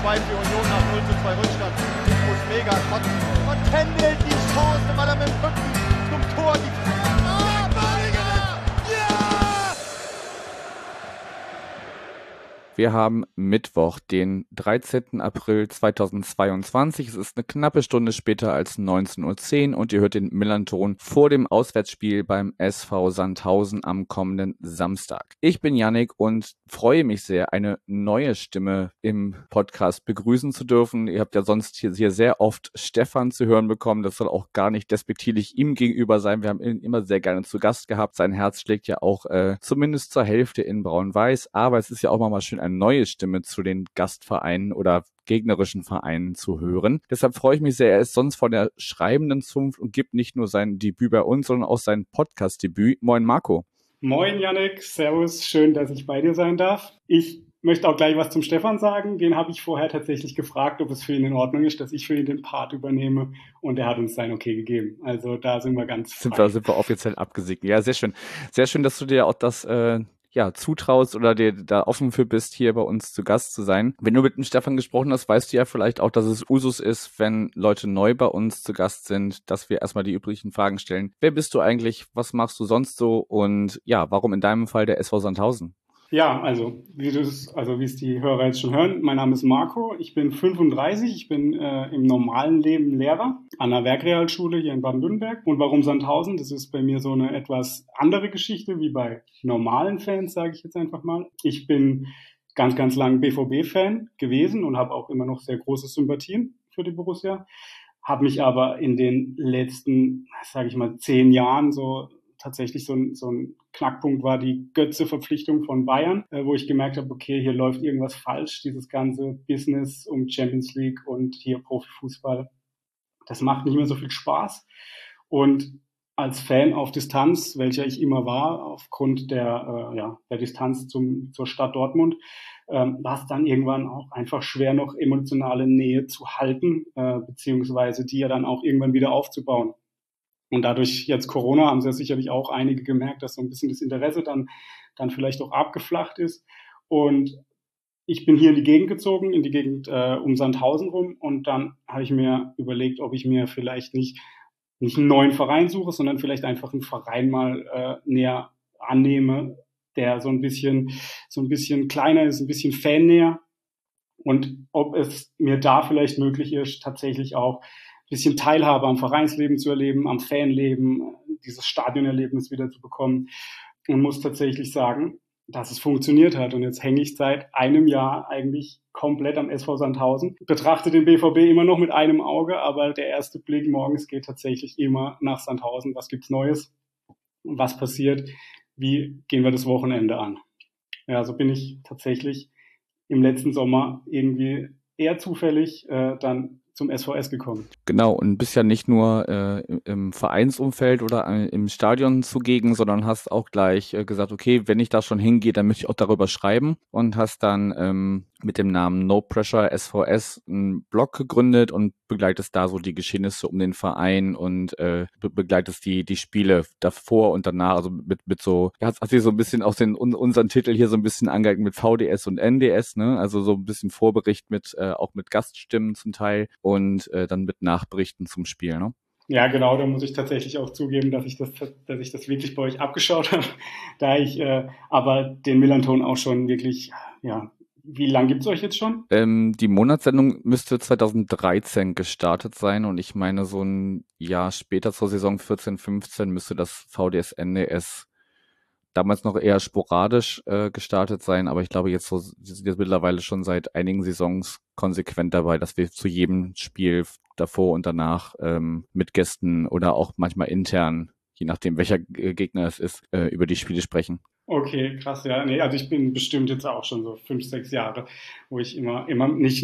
2 für Union nach 0:2 Rückstand. Muss mega kotzen. Und Kendall die Chance, weil er mit dem Rücken zum Tor die Wir haben Mittwoch, den 13. April 2022. Es ist eine knappe Stunde später als 19:10 Uhr und ihr hört den Millern-Ton vor dem Auswärtsspiel beim SV Sandhausen am kommenden Samstag. Ich bin Yannick und freue mich sehr, eine neue Stimme im Podcast begrüßen zu dürfen. Ihr habt ja sonst hier sehr oft Stefan zu hören bekommen. Das soll auch gar nicht despektierlich ihm gegenüber sein. Wir haben ihn immer sehr gerne zu Gast gehabt. Sein Herz schlägt ja auch zumindest zur Hälfte in Braun-Weiß. Aber es ist ja auch mal schön, eine neue Stimme zu den Gastvereinen oder gegnerischen Vereinen zu hören. Deshalb freue ich mich sehr. Er ist sonst von der schreibenden Zunft und gibt nicht nur sein Debüt bei uns, sondern auch sein Podcast-Debüt. Moin Marco. Moin Yannick, servus, schön, dass ich bei dir sein darf. Ich möchte auch gleich was zum Stefan sagen. Den habe ich vorher tatsächlich gefragt, ob es für ihn in Ordnung ist, dass ich für ihn den Part übernehme, und er hat uns sein Okay gegeben. Also da sind wir ganz frei. Sind wir offiziell abgesegnet. Ja, sehr schön. Sehr schön, dass du dir auch das zutraust oder dir da offen für bist, hier bei uns zu Gast zu sein. Wenn du mit dem Stefan gesprochen hast, weißt du ja vielleicht auch, dass es Usus ist, wenn Leute neu bei uns zu Gast sind, dass wir erstmal die üblichen Fragen stellen. Wer bist du eigentlich? Was machst du sonst so? Und ja, warum in deinem Fall der SV Sandhausen? Ja, also wie es die Hörer jetzt schon hören, mein Name ist Marco, ich bin 35, ich bin im normalen Leben Lehrer an einer Werkrealschule hier in Baden-Württemberg. Und warum Sandhausen? Das ist bei mir so eine etwas andere Geschichte wie bei normalen Fans, sage ich jetzt einfach mal. Ich bin ganz, ganz lang BVB-Fan gewesen und habe auch immer noch sehr große Sympathien für die Borussia. Habe mich aber in den letzten, sage ich mal, 10 Jahren tatsächlich so ein Knackpunkt war die Götze-Verpflichtung von Bayern, wo ich gemerkt habe, okay, hier läuft irgendwas falsch, dieses ganze Business um Champions League und hier Profifußball, das macht nicht mehr so viel Spaß. Und als Fan auf Distanz, welcher ich immer war, aufgrund der Distanz zur Stadt Dortmund, war es dann irgendwann auch einfach schwer, noch emotionale Nähe zu halten, beziehungsweise die ja dann auch irgendwann wieder aufzubauen. Und dadurch jetzt Corona haben sie ja sicherlich auch einige gemerkt, dass so ein bisschen das Interesse dann vielleicht auch abgeflacht ist. Und ich bin hier in die Gegend gezogen, in die Gegend um Sandhausen rum. Und dann habe ich mir überlegt, ob ich mir vielleicht nicht einen neuen Verein suche, sondern vielleicht einfach einen Verein mal näher annehme, der so ein bisschen kleiner ist, ein bisschen fannäher. Und ob es mir da vielleicht möglich ist, tatsächlich auch bisschen Teilhabe am Vereinsleben zu erleben, am Fanleben, dieses Stadionerlebnis wieder zu bekommen, und muss tatsächlich sagen, dass es funktioniert hat. Und jetzt hänge ich seit einem Jahr eigentlich komplett am SV Sandhausen, betrachte den BVB immer noch mit einem Auge, aber der erste Blick morgens geht tatsächlich immer nach Sandhausen. Was gibt's Neues? Was passiert? Wie gehen wir das Wochenende an? Ja, so bin ich tatsächlich im letzten Sommer irgendwie eher zufällig dann zum SVS gekommen. Genau, und bist ja nicht nur im Vereinsumfeld oder im Stadion zugegen, sondern hast auch gleich gesagt, okay, wenn ich da schon hingehe, dann möchte ich auch darüber schreiben, und hast dann mit dem Namen No Pressure SVS einen Blog gegründet und begleitest da so die Geschehnisse um den Verein und begleitest die Spiele davor und danach, also mit so, hast dir so ein bisschen auch unseren Titel hier so ein bisschen angehalten mit VDS und NDS, ne? Also so ein bisschen Vorbericht auch mit Gaststimmen zum Teil und dann mit Nachberichten zum Spiel, ne? Ja, genau, da muss ich tatsächlich auch zugeben, dass ich das wirklich bei euch abgeschaut habe, da ich aber den Millern-Ton auch schon wirklich, ja, wie lange gibt's euch jetzt schon? Die Monatssendung müsste 2013 gestartet sein und ich meine, so ein Jahr später zur Saison 14/15 müsste das VDS NDS damals noch eher sporadisch gestartet sein, aber ich glaube, wir sind jetzt mittlerweile schon seit einigen Saisons konsequent dabei, dass wir zu jedem Spiel davor und danach mit Gästen oder auch manchmal intern, je nachdem welcher Gegner es ist, über die Spiele sprechen. Okay, krass, ja. Nee, also ich bin bestimmt jetzt auch schon so 5, 6 Jahre, wo ich immer nicht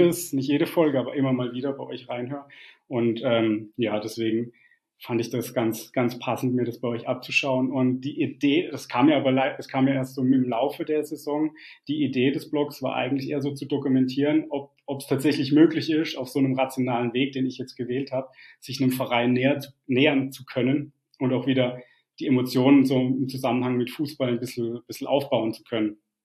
jede Folge, aber immer mal wieder bei euch reinhöre. Und ja, deswegen fand ich das ganz, ganz passend, mir das bei euch abzuschauen. Und die Idee, das kam ja erst so im Laufe der Saison. Die Idee des Blogs war eigentlich eher so zu dokumentieren, ob es tatsächlich möglich ist, auf so einem rationalen Weg, den ich jetzt gewählt habe, sich einem Verein nähern zu können und auch wieder die Emotionen so im Zusammenhang mit Fußball ein bisschen aufbauen zu können.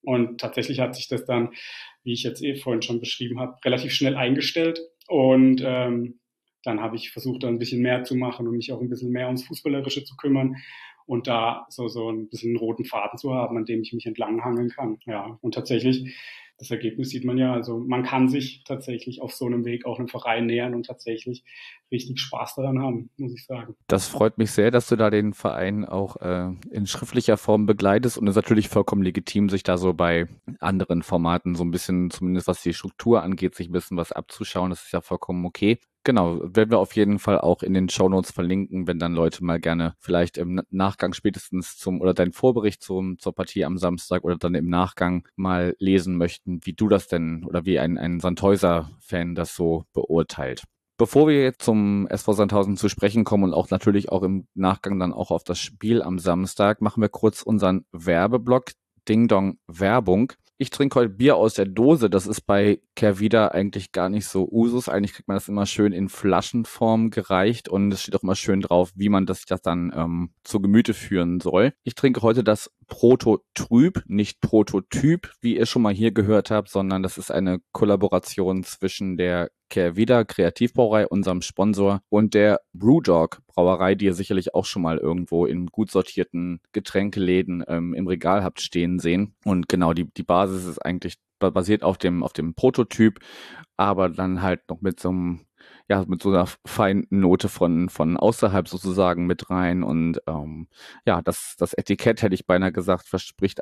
Und tatsächlich hat sich das dann, wie ich jetzt vorhin schon beschrieben habe, relativ schnell eingestellt. Und dann habe ich versucht, da ein bisschen mehr zu machen und mich auch ein bisschen mehr ums Fußballerische zu kümmern und da so ein bisschen einen roten Faden zu haben, an dem ich mich entlanghangeln kann. Ja, und tatsächlich, das Ergebnis sieht man ja, also man kann sich tatsächlich auf so einem Weg auch einem Verein nähern und tatsächlich richtig Spaß daran haben, muss ich sagen. Das freut mich sehr, dass du da den Verein auch in schriftlicher Form begleitest und es ist natürlich vollkommen legitim, sich da so bei anderen Formaten so ein bisschen, zumindest was die Struktur angeht, sich ein bisschen was abzuschauen. Das ist ja vollkommen okay. Genau, werden wir auf jeden Fall auch in den Shownotes verlinken, wenn dann Leute mal gerne vielleicht im Nachgang spätestens oder deinen Vorbericht zur Partie am Samstag oder dann im Nachgang mal lesen möchten, wie du das denn oder wie ein Sandhäuser-Fan das so beurteilt. Bevor wir jetzt zum SV Sandhausen zu sprechen kommen und auch natürlich auch im Nachgang dann auch auf das Spiel am Samstag, machen wir kurz unseren Werbeblock Ding Dong Werbung. Ich trinke heute Bier aus der Dose. Das ist bei Kehrwieder eigentlich gar nicht so Usus. Eigentlich kriegt man das immer schön in Flaschenform gereicht und es steht auch immer schön drauf, wie man das dann zu Gemüte führen soll. Ich trinke heute das Proto-Trüb, nicht Prototyp, wie ihr schon mal hier gehört habt, sondern das ist eine Kollaboration zwischen der Kehrwieder Kreativbrauerei, unserem Sponsor, und der Brewdog Brauerei, die ihr sicherlich auch schon mal irgendwo in gut sortierten Getränkeläden im Regal habt stehen sehen. Und genau, die Basis ist eigentlich basiert auf dem Prototyp, aber dann halt noch mit so einer feinen Note von außerhalb sozusagen mit rein und das Etikett, hätte ich beinahe gesagt, verspricht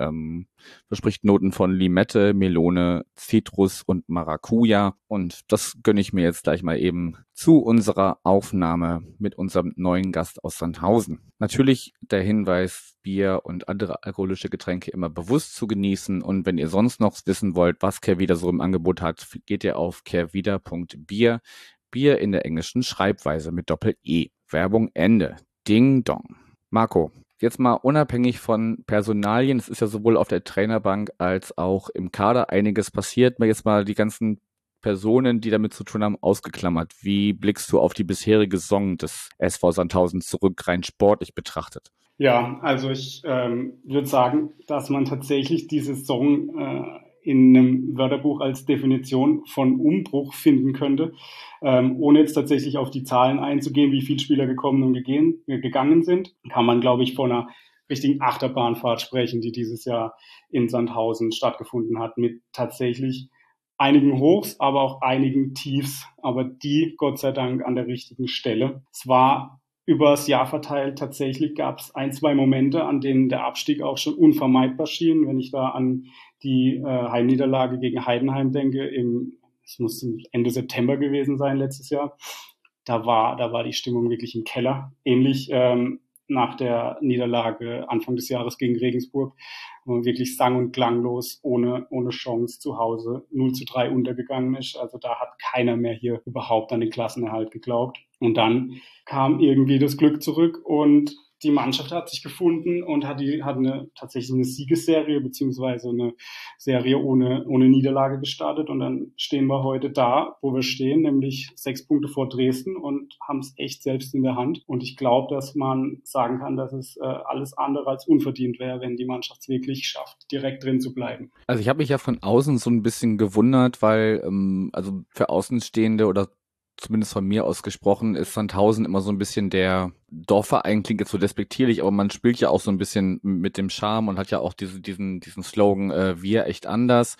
Noten von Limette, Melone, Zitrus und Maracuja und das gönne ich mir jetzt gleich mal eben zu unserer Aufnahme mit unserem neuen Gast aus Sandhausen. Natürlich der Hinweis, Bier und andere alkoholische Getränke immer bewusst zu genießen und wenn ihr sonst noch wissen wollt, was Kehrwieder so im Angebot hat, geht ihr auf kehrwieder.bier. Bier in der englischen Schreibweise mit Doppel-E. Werbung Ende. Ding Dong. Marco, jetzt mal unabhängig von Personalien, es ist ja sowohl auf der Trainerbank als auch im Kader einiges passiert. Jetzt mal die ganzen Personen, die damit zu tun haben, ausgeklammert. Wie blickst du auf die bisherige Saison des SV Sandhausen zurück, rein sportlich betrachtet? Ja, also ich würde sagen, dass man tatsächlich diese Saison in einem Wörterbuch als Definition von Umbruch finden könnte, ohne jetzt tatsächlich auf die Zahlen einzugehen, wie viele Spieler gekommen und gegangen sind, kann man, glaube ich, von einer richtigen Achterbahnfahrt sprechen, die dieses Jahr in Sandhausen stattgefunden hat, mit tatsächlich einigen Hochs, aber auch einigen Tiefs, aber die Gott sei Dank an der richtigen Stelle. Es war übers Jahr verteilt tatsächlich gab es 1-2 Momente, an denen der Abstieg auch schon unvermeidbar schien. Wenn ich da an die Heimniederlage gegen Heidenheim denke, es muss Ende September gewesen sein letztes Jahr, da war die Stimmung wirklich im Keller. Ähnlich nach der Niederlage Anfang des Jahres gegen Regensburg, wo man wirklich sang- und klanglos, ohne Chance zu Hause 0-3 untergegangen ist. Also da hat keiner mehr hier überhaupt an den Klassenerhalt geglaubt. Und dann kam irgendwie das Glück zurück und die Mannschaft hat sich gefunden und hat tatsächlich eine Siegesserie beziehungsweise eine Serie ohne Niederlage gestartet. Und dann stehen wir heute da, wo wir stehen, nämlich 6 Punkte vor Dresden und haben es echt selbst in der Hand. Und ich glaube, dass man sagen kann, dass es alles andere als unverdient wäre, wenn die Mannschaft es wirklich schafft, direkt drin zu bleiben. Also ich habe mich ja von außen so ein bisschen gewundert, weil also für Außenstehende oder zumindest von mir aus gesprochen, ist Sandhausen immer so ein bisschen der Dorfverein, klingt jetzt so despektierlich, aber man spielt ja auch so ein bisschen mit dem Charme und hat ja auch diesen Slogan, wir echt anders.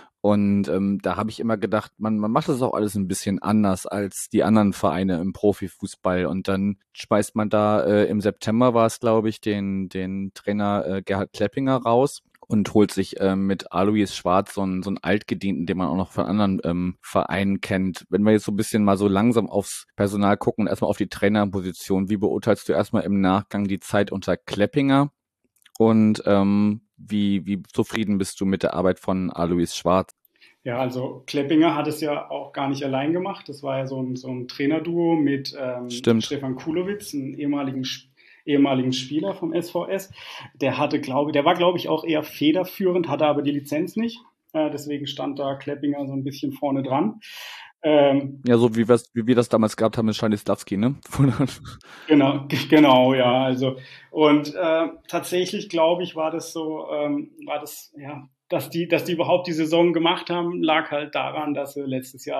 Und da habe ich immer gedacht, man macht das auch alles ein bisschen anders als die anderen Vereine im Profifußball. Und dann schmeißt man da im September war es, glaube ich, den Trainer Gerhard Kleppinger raus und holt sich mit Alois Schwarz so einen Altgedienten, den man auch noch von anderen Vereinen kennt. Wenn wir jetzt so ein bisschen mal so langsam aufs Personal gucken und erstmal auf die Trainerposition, wie beurteilst du erstmal im Nachgang die Zeit unter Kleppinger und wie zufrieden bist du mit der Arbeit von Alois Schwarz? Ja, also Kleppinger hat es ja auch gar nicht allein gemacht. Das war ja so ein Trainerduo mit Stefan Kulowitz, einem ehemaligen Spieler vom SVS. Der war, glaube ich, auch eher federführend, hatte aber die Lizenz nicht. Deswegen stand da Kleppinger so ein bisschen vorne dran. Ja, so wie wir das damals gehabt haben mit Stanislavski, ne? Genau, ja. Also und tatsächlich glaube ich, war das so, war das ja, dass die überhaupt die Saison gemacht haben, lag halt daran, dass sie letztes Jahr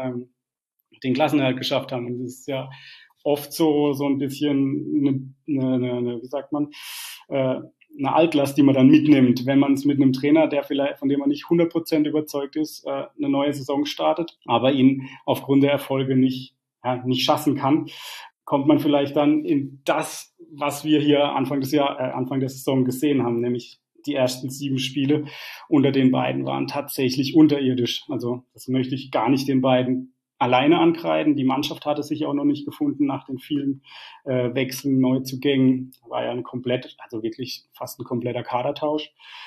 den Klassenerhalt geschafft haben. Und das ist ja oft so ein bisschen wie sagt man, eine Altlast, die man dann mitnimmt, wenn man es mit einem Trainer, von dem man nicht 100% überzeugt ist, eine neue Saison startet, aber ihn aufgrund der Erfolge nicht schaffen kann, kommt man vielleicht dann in das, was wir hier Anfang der Saison gesehen haben, nämlich die ersten 7 Spiele unter den beiden waren tatsächlich unterirdisch. Also das möchte ich gar nicht den beiden alleine ankreiden. Die Mannschaft hatte sich auch noch nicht gefunden nach den vielen Wechseln, Neuzugängen. War ja also wirklich fast ein kompletter Kadertausch.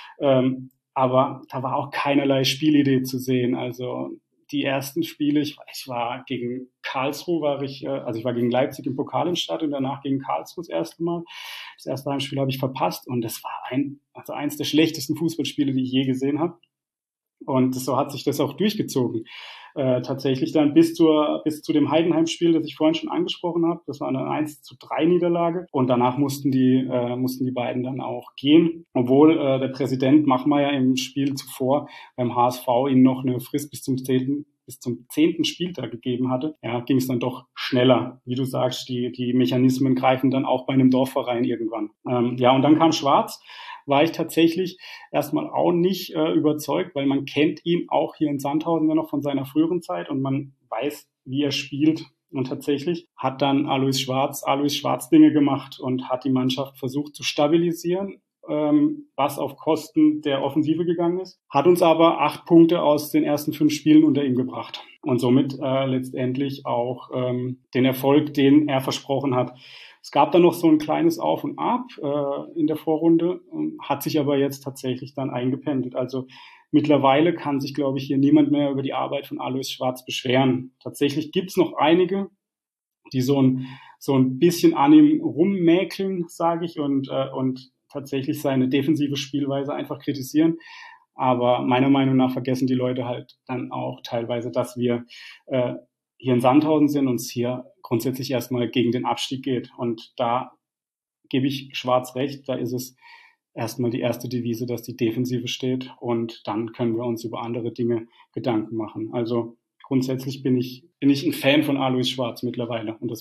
Aber da war auch keinerlei Spielidee zu sehen. Also die ersten Spiele, ich war gegen Karlsruhe, also ich war gegen Leipzig im Pokal im Stadion, danach gegen Karlsruhe das erste Mal. Das erste Heimspiel habe ich verpasst und das war eins der schlechtesten Fußballspiele, die ich je gesehen habe. Und so hat sich das auch durchgezogen. Tatsächlich dann bis zu dem Heidenheim-Spiel, das ich vorhin schon angesprochen habe. Das war eine 1:3 Niederlage. Und danach mussten die beiden dann auch gehen. Obwohl der Präsident Machmeier im Spiel zuvor beim HSV ihnen noch eine Frist bis zum 10. Spieltag gegeben hatte, ja, ging es dann doch schneller. Wie du sagst, die Mechanismen greifen dann auch bei einem Dorfverein irgendwann. Ja, und dann kam Schwarz. War ich tatsächlich erstmal auch nicht überzeugt, weil man kennt ihn auch hier in Sandhausen ja noch von seiner früheren Zeit und man weiß, wie er spielt. Und tatsächlich hat dann Alois Schwarz Dinge gemacht und hat die Mannschaft versucht zu stabilisieren, was auf Kosten der Offensive gegangen ist, hat uns aber 8 Punkte aus den ersten 5 Spielen unter ihm gebracht und somit letztendlich auch den Erfolg, den er versprochen hat. Es gab dann noch so ein kleines Auf und Ab in der Vorrunde, hat sich aber jetzt tatsächlich dann eingependelt. Also mittlerweile kann sich, glaube ich, hier niemand mehr über die Arbeit von Alois Schwarz beschweren. Tatsächlich gibt's noch einige, die so ein bisschen an ihm rummäkeln, sage ich, und tatsächlich seine defensive Spielweise einfach kritisieren. Aber meiner Meinung nach vergessen die Leute halt dann auch teilweise, dass wir hier in Sandhausen sind und es hier grundsätzlich erstmal gegen den Abstieg geht. Und da gebe ich Schwarz recht, da ist es erstmal die erste Devise, dass die Defensive steht und dann können wir uns über andere Dinge Gedanken machen. Also grundsätzlich bin ich ein Fan von Alois Schwarz mittlerweile und das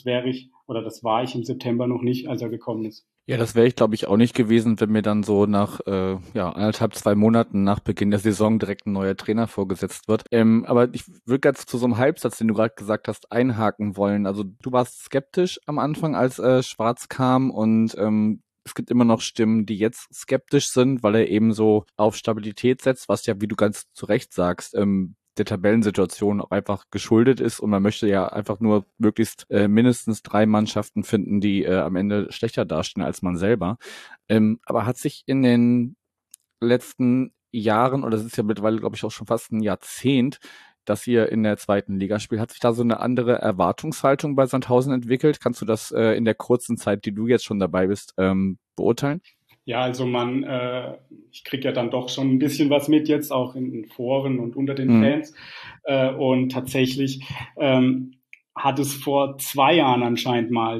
war ich im September noch nicht, als er gekommen ist. Ja, das wäre ich, glaube ich, auch nicht gewesen, wenn mir dann so nach 1,5, 2 Monaten nach Beginn der Saison direkt ein neuer Trainer vorgesetzt wird. Aber ich würde jetzt zu so einem Halbsatz, den du gerade gesagt hast, einhaken wollen. Also du warst skeptisch am Anfang, als Schwarz kam und es gibt immer noch Stimmen, die jetzt skeptisch sind, weil er eben so auf Stabilität setzt, was ja, wie du ganz zu Recht sagst, der Tabellensituation auch einfach geschuldet ist und man möchte ja einfach nur möglichst mindestens 3 Mannschaften finden, die am Ende schlechter dastehen als man selber. Aber hat sich in den letzten Jahren, oder das ist ja mittlerweile, glaube ich, auch schon fast ein Jahrzehnt, dass ihr in der 2. Liga spielt, hat sich da so eine andere Erwartungshaltung bei Sandhausen entwickelt? Kannst du das in der kurzen Zeit, die du jetzt schon dabei bist, beurteilen? Ja, also ich kriege ja dann doch schon ein bisschen was mit jetzt, auch in den Foren und unter den Fans. Und tatsächlich hat es vor 2 Jahren anscheinend mal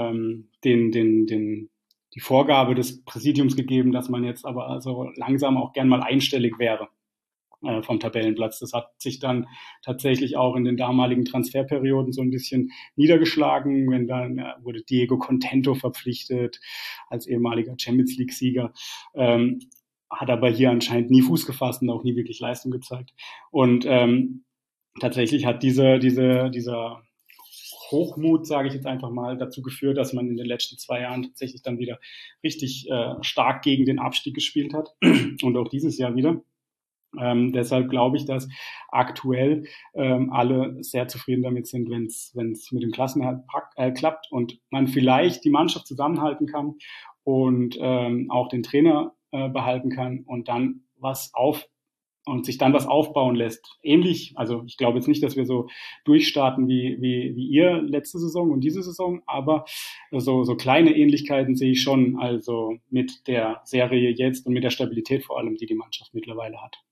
die Vorgabe des Präsidiums gegeben, dass man jetzt aber also langsam auch gern mal einstellig wäre vom Tabellenplatz. Das hat sich dann tatsächlich auch in den damaligen Transferperioden so ein bisschen niedergeschlagen, wenn dann wurde Diego Contento verpflichtet als ehemaliger Champions-League-Sieger, hat aber hier anscheinend nie Fuß gefasst und auch nie wirklich Leistung gezeigt. Und tatsächlich hat dieser Hochmut, sage ich jetzt einfach mal, dazu geführt, dass man in den letzten 2 Jahren tatsächlich dann wieder richtig stark gegen den Abstieg gespielt hat und auch dieses Jahr wieder. Deshalb glaube ich, dass aktuell alle sehr zufrieden damit sind, wenn es mit dem Klassenerhalt klappt und man vielleicht die Mannschaft zusammenhalten kann und auch den Trainer behalten kann und dann sich dann was aufbauen lässt. Ähnlich, also ich glaube jetzt nicht, dass wir so durchstarten wie ihr letzte Saison und diese Saison, aber so kleine Ähnlichkeiten sehe ich schon, also mit der Serie jetzt und mit der Stabilität vor allem, die die Mannschaft mittlerweile hat.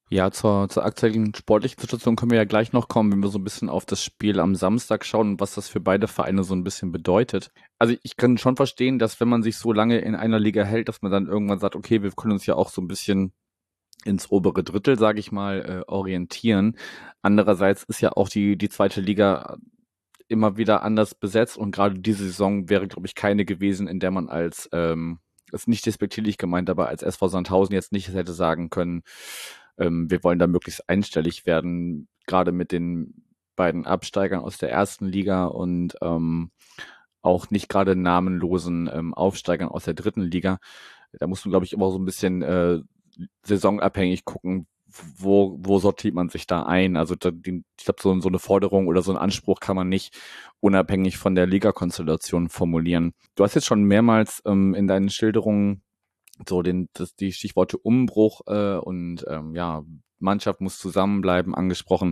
Ja, zur aktuellen sportlichen Situation können wir ja gleich noch kommen, wenn wir so ein bisschen auf das Spiel am Samstag schauen und was das für beide Vereine so ein bisschen bedeutet. Also ich kann schon verstehen, dass wenn man sich so lange in einer Liga hält, dass man dann irgendwann sagt, okay, wir können uns ja auch so ein bisschen ins obere Drittel, sage ich mal, orientieren. Andererseits ist ja auch die zweite Liga immer wieder anders besetzt und gerade diese Saison wäre, glaube ich, keine gewesen, in der man als, ist nicht despektierlich gemeint, aber als SV Sandhausen jetzt nicht hätte sagen können, wir wollen da möglichst einstellig werden, gerade mit den beiden Absteigern aus der ersten Liga und auch nicht gerade namenlosen Aufsteigern aus der dritten Liga. Da muss man, glaube ich, immer so ein bisschen saisonabhängig gucken, wo sortiert man sich da ein. Also ich glaube, so eine Forderung oder so einen Anspruch kann man nicht unabhängig von der Ligakonstellation formulieren. Du hast jetzt schon mehrmals in deinen Schilderungen so die Stichworte Umbruch und ja, Mannschaft muss zusammenbleiben angesprochen.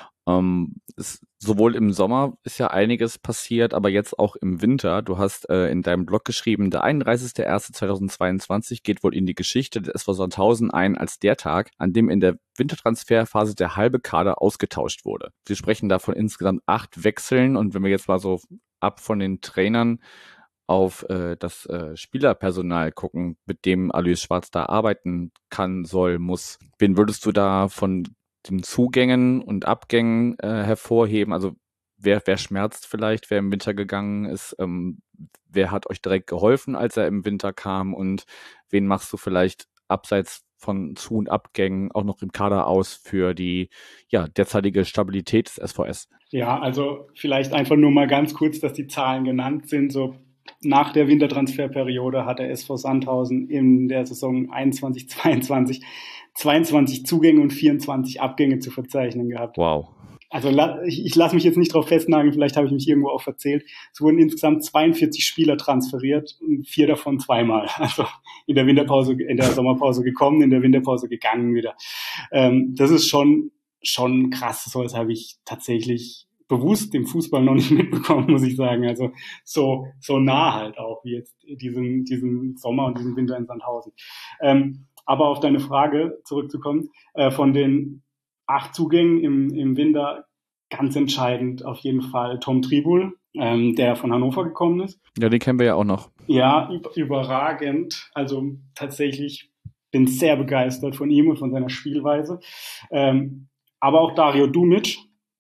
Sowohl im Sommer ist ja einiges passiert, aber jetzt auch im Winter. Du hast in deinem Blog geschrieben, der 31.01.2022 geht wohl in die Geschichte des SV Sandhausen ein als der Tag, an dem in der Wintertransferphase der halbe Kader ausgetauscht wurde. Sie sprechen da von insgesamt 8 Wechseln und wenn wir jetzt mal so ab von den Trainern auf das Spielerpersonal gucken, mit dem Alois Schwarz da arbeiten kann, soll, muss. Wen würdest du da von den Zugängen und Abgängen hervorheben? Also wer schmerzt vielleicht, wer im Winter gegangen ist? Wer hat euch direkt geholfen, als er im Winter kam? Und wen machst du vielleicht abseits von Zu- und Abgängen auch noch im Kader aus für die derzeitige Stabilität des SVS? Ja, also vielleicht einfach nur mal ganz kurz, dass die Zahlen genannt sind. So nach der Wintertransferperiode hat der SV Sandhausen in der Saison 21/22 22 Zugänge und 24 Abgänge zu verzeichnen gehabt. Wow. Also ich lasse mich jetzt nicht drauf festnageln, vielleicht habe ich mich irgendwo auch verzählt. Es wurden insgesamt 42 Spieler transferiert und 4 davon zweimal. Also in der Sommerpause gekommen, in der Winterpause gegangen wieder. Das ist schon krass. So was habe ich tatsächlich bewusst im Fußball noch nicht mitbekommen, muss ich sagen. Also so nah halt auch wie jetzt diesen Sommer und diesen Winter in Sandhausen. Aber auf deine Frage zurückzukommen, von den 8 Zugängen im Winter ganz entscheidend auf jeden Fall Tom Tribul, der von Hannover gekommen ist. Ja, den kennen wir ja auch noch. Ja, überragend. Also tatsächlich bin sehr begeistert von ihm und von seiner Spielweise. Aber auch Dario Dumic,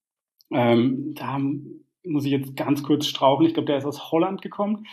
da muss ich jetzt ganz kurz strauchen. Ich glaube, der ist aus Holland gekommen.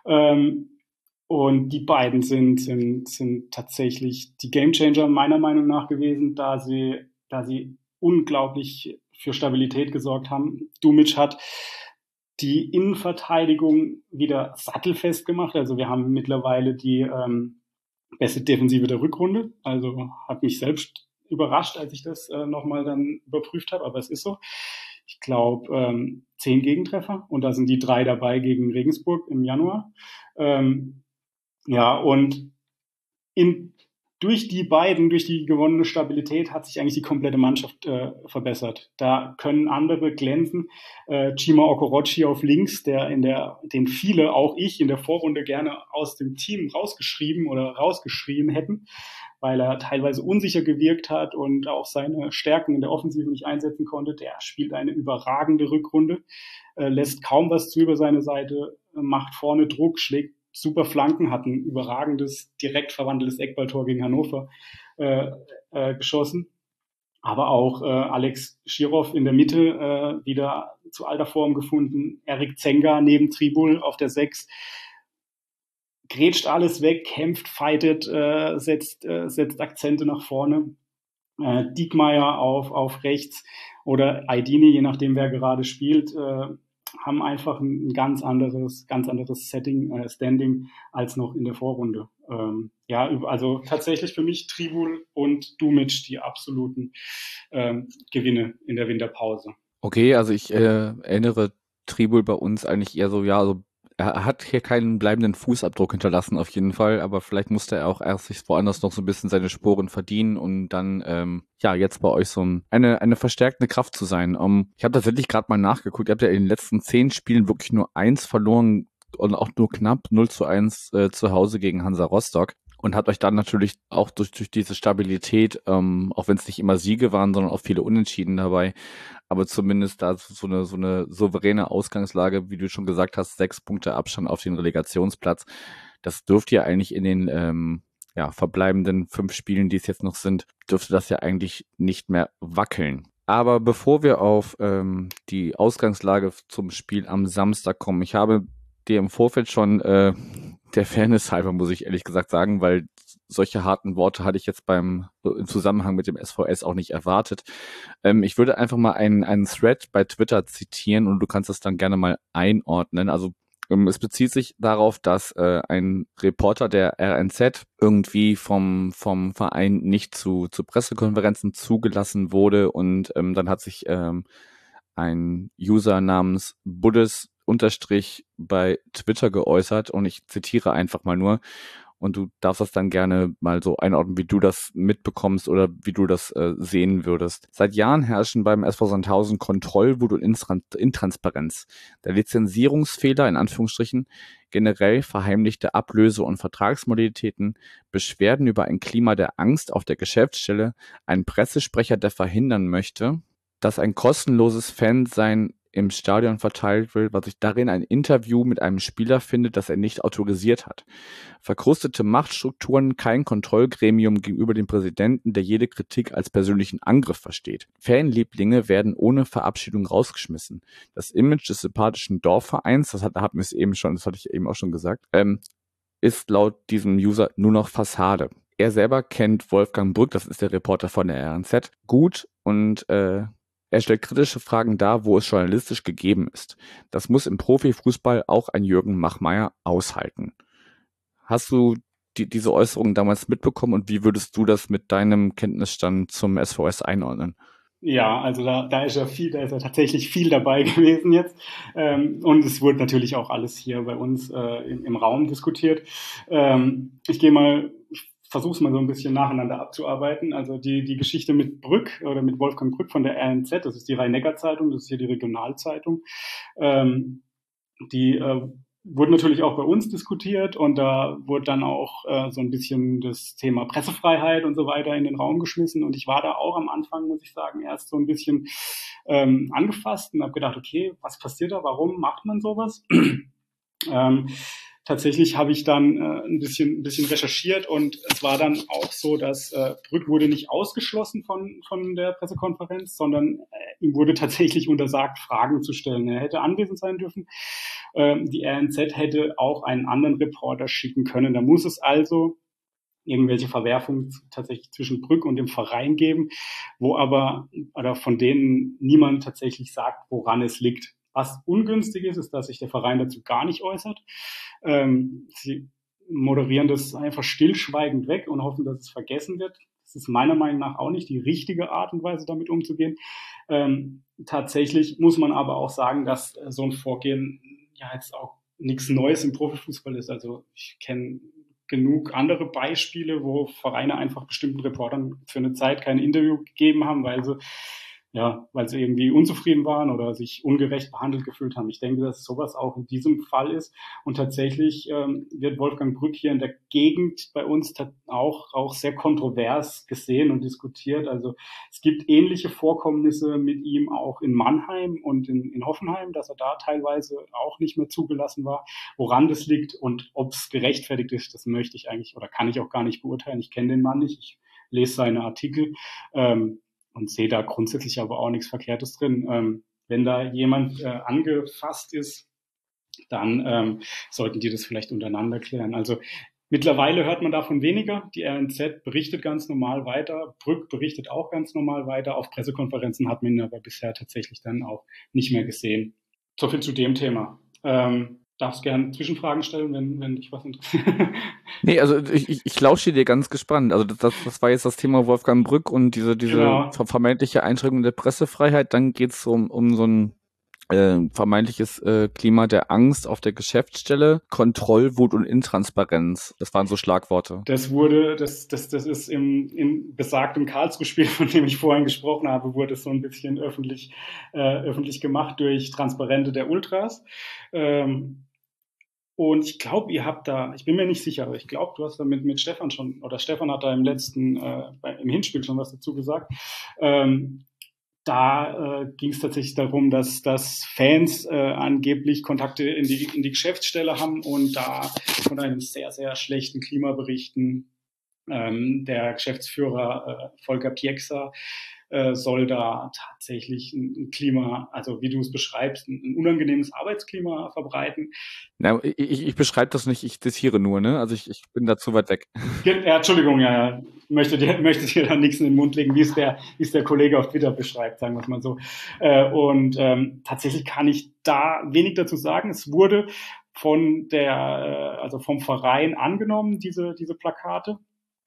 Und die beiden sind tatsächlich die Gamechanger meiner Meinung nach gewesen, da sie unglaublich für Stabilität gesorgt haben. Dumic hat die Innenverteidigung wieder sattelfest gemacht. Also wir haben mittlerweile die beste Defensive der Rückrunde. Also hat mich selbst überrascht, als ich das nochmal dann überprüft habe, aber es ist so. Ich glaube 10 Gegentreffer und da sind die 3 dabei gegen Regensburg im Januar. Ja, und durch die gewonnene Stabilität hat sich eigentlich die komplette Mannschaft verbessert. Da können andere glänzen. Chima Okorochi auf links, den viele, auch ich, in der Vorrunde gerne aus dem Team rausgeschrien hätten, weil er teilweise unsicher gewirkt hat und auch seine Stärken in der Offensive nicht einsetzen konnte. Der spielt eine überragende Rückrunde, lässt kaum was zu über seine Seite, macht vorne Druck, schlägt super Flanken, hat ein überragendes, direkt verwandeltes Eckballtor gegen Hannover geschossen. Aber auch Alex Schirov in der Mitte wieder zu alter Form gefunden. Erik Zenga neben Tribul auf der 6. Grätscht alles weg, kämpft, fightet, setzt Akzente nach vorne. Diekmeyer auf rechts oder Aidini, je nachdem wer gerade spielt, haben einfach ein ganz anderes Standing als noch in der Vorrunde. Also tatsächlich für mich Tribul und Dumic die absoluten Gewinne in der Winterpause. Okay, also ich erinnere Tribul bei uns eigentlich eher so, ja, also er hat hier keinen bleibenden Fußabdruck hinterlassen auf jeden Fall, aber vielleicht musste er auch erst sich woanders noch so ein bisschen seine Sporen verdienen und dann jetzt bei euch so eine verstärkende Kraft zu sein. Ich habe tatsächlich gerade mal nachgeguckt, ihr habt ja in den letzten 10 Spielen wirklich nur 1 verloren und auch nur knapp 0:1 zu Hause gegen Hansa Rostock. und hat euch dann natürlich auch durch diese Stabilität, auch wenn es nicht immer Siege waren, sondern auch viele Unentschieden dabei, aber zumindest da so eine souveräne Ausgangslage, wie du schon gesagt hast, 6 Punkte Abstand auf den Relegationsplatz. Das dürfte ja eigentlich in den verbleibenden 5 Spielen, die es jetzt noch sind, dürfte das ja eigentlich nicht mehr wackeln. Aber bevor wir auf die Ausgangslage zum Spiel am Samstag kommen, ich habe dir im Vorfeld schon der Fairness halber, muss ich ehrlich gesagt sagen, weil solche harten Worte hatte ich jetzt im Zusammenhang mit dem SVS auch nicht erwartet. Ich würde einfach mal einen Thread bei Twitter zitieren und du kannst es dann gerne mal einordnen. Also es bezieht sich darauf, dass ein Reporter der RNZ irgendwie vom Verein nicht zu Pressekonferenzen zugelassen wurde und dann hat sich ein User namens Buddes unterstrich bei Twitter geäußert und ich zitiere einfach mal nur und du darfst das dann gerne mal so einordnen, wie du das mitbekommst oder wie du das sehen würdest. Seit Jahren herrschen beim SV Sandhausen Kontrollwut und Intransparenz. Der Lizenzierungsfehler, in Anführungsstrichen, generell verheimlichte Ablöse- und Vertragsmodalitäten, Beschwerden über ein Klima der Angst auf der Geschäftsstelle, ein Pressesprecher, der verhindern möchte, dass ein kostenloses Fansein im Stadion verteilt wird, was sich darin ein Interview mit einem Spieler findet, das er nicht autorisiert hat. Verkrustete Machtstrukturen, kein Kontrollgremium gegenüber dem Präsidenten, der jede Kritik als persönlichen Angriff versteht. Fanlieblinge werden ohne Verabschiedung rausgeschmissen. Das Image des sympathischen Dorfvereins, das hatte ich eben auch schon gesagt, ist laut diesem User nur noch Fassade. Er selber kennt Wolfgang Brück, das ist der Reporter von der RNZ, gut und er stellt kritische Fragen dar, wo es journalistisch gegeben ist. Das muss im Profifußball auch ein Jürgen Machmeier aushalten. Hast du diese Äußerungen damals mitbekommen und wie würdest du das mit deinem Kenntnisstand zum SVS einordnen? Ja, also da ist da ist ja tatsächlich viel dabei gewesen jetzt. Und es wurde natürlich auch alles hier bei uns im Raum diskutiert. Ich versuche es mal so ein bisschen nacheinander abzuarbeiten. Also die Geschichte mit Brück oder mit Wolfgang Brück von der RNZ, das ist die Rhein-Neckar-Zeitung, das ist hier die Regionalzeitung. Die wurde natürlich auch bei uns diskutiert und da wurde dann auch so ein bisschen das Thema Pressefreiheit und so weiter in den Raum geschmissen und ich war da auch am Anfang, muss ich sagen, erst so ein bisschen angefasst und habe gedacht, okay, was passiert da, warum macht man sowas? Tatsächlich habe ich dann ein bisschen recherchiert und es war dann auch so, dass Brück wurde nicht ausgeschlossen von der Pressekonferenz, sondern ihm wurde tatsächlich untersagt, Fragen zu stellen. Er hätte anwesend sein dürfen. Die RNZ hätte auch einen anderen Reporter schicken können. Da muss es also irgendwelche Verwerfungen tatsächlich zwischen Brück und dem Verein geben, wo aber oder von denen niemand tatsächlich sagt, woran es liegt. Was ungünstig ist, ist, dass sich der Verein dazu gar nicht äußert. Sie moderieren das einfach stillschweigend weg und hoffen, dass es vergessen wird. Das ist meiner Meinung nach auch nicht die richtige Art und Weise, damit umzugehen. Tatsächlich muss man aber auch sagen, dass so ein Vorgehen ja jetzt auch nichts Neues im Profifußball ist. Also ich kenne genug andere Beispiele, wo Vereine einfach bestimmten Reportern für eine Zeit kein Interview gegeben haben, weil sie irgendwie unzufrieden waren oder sich ungerecht behandelt gefühlt haben. Ich denke, dass sowas auch in diesem Fall ist. Und tatsächlich wird Wolfgang Brück hier in der Gegend bei uns auch sehr kontrovers gesehen und diskutiert. Also es gibt ähnliche Vorkommnisse mit ihm auch in Mannheim und in Hoffenheim, dass er da teilweise auch nicht mehr zugelassen war. Woran das liegt und ob es gerechtfertigt ist, das möchte ich eigentlich oder kann ich auch gar nicht beurteilen. Ich kenne den Mann nicht. Ich lese seine Artikel. Und sehe da grundsätzlich aber auch nichts Verkehrtes drin. Wenn da jemand angefasst ist, dann sollten die das vielleicht untereinander klären. Also mittlerweile hört man davon weniger. Die RNZ berichtet ganz normal weiter. Brück berichtet auch ganz normal weiter. Auf Pressekonferenzen hat man ihn aber bisher tatsächlich dann auch nicht mehr gesehen. So viel zu dem Thema. Darfst gerne Zwischenfragen stellen, wenn dich was interessiert. Nee, also ich lausche dir ganz gespannt. Also das war jetzt das Thema Wolfgang Brück und diese Genau. vermeintliche Einschränkung der Pressefreiheit. Dann geht's um so ein vermeintliches Klima der Angst auf der Geschäftsstelle, Kontrollwut und Intransparenz. Das waren so Schlagworte. Das ist im besagten Karlsruhe-Spiel, von dem ich vorhin gesprochen habe, wurde es so ein bisschen öffentlich gemacht durch Transparente der Ultras. Und ich glaube, ich bin mir nicht sicher, aber ich glaube, du hast da mit Stefan schon, oder Stefan hat da im Hinspiel schon was dazu gesagt. Da ging es tatsächlich darum, dass Fans angeblich Kontakte in die Geschäftsstelle haben und da von einem sehr, sehr schlechten Klima berichten. Der Geschäftsführer Volker Pieksa soll da tatsächlich ein Klima, also wie du es beschreibst, ein unangenehmes Arbeitsklima verbreiten. Na, ich beschreibe das nicht, ich zitiere nur, ne? Also ich bin da zu weit weg. Ja, Entschuldigung, ja, möchte dir da nichts in den Mund legen, wie es der Kollege auf Twitter beschreibt, sagen wir es mal so. Tatsächlich kann ich da wenig dazu sagen. Es wurde also vom Verein angenommen, diese Plakate.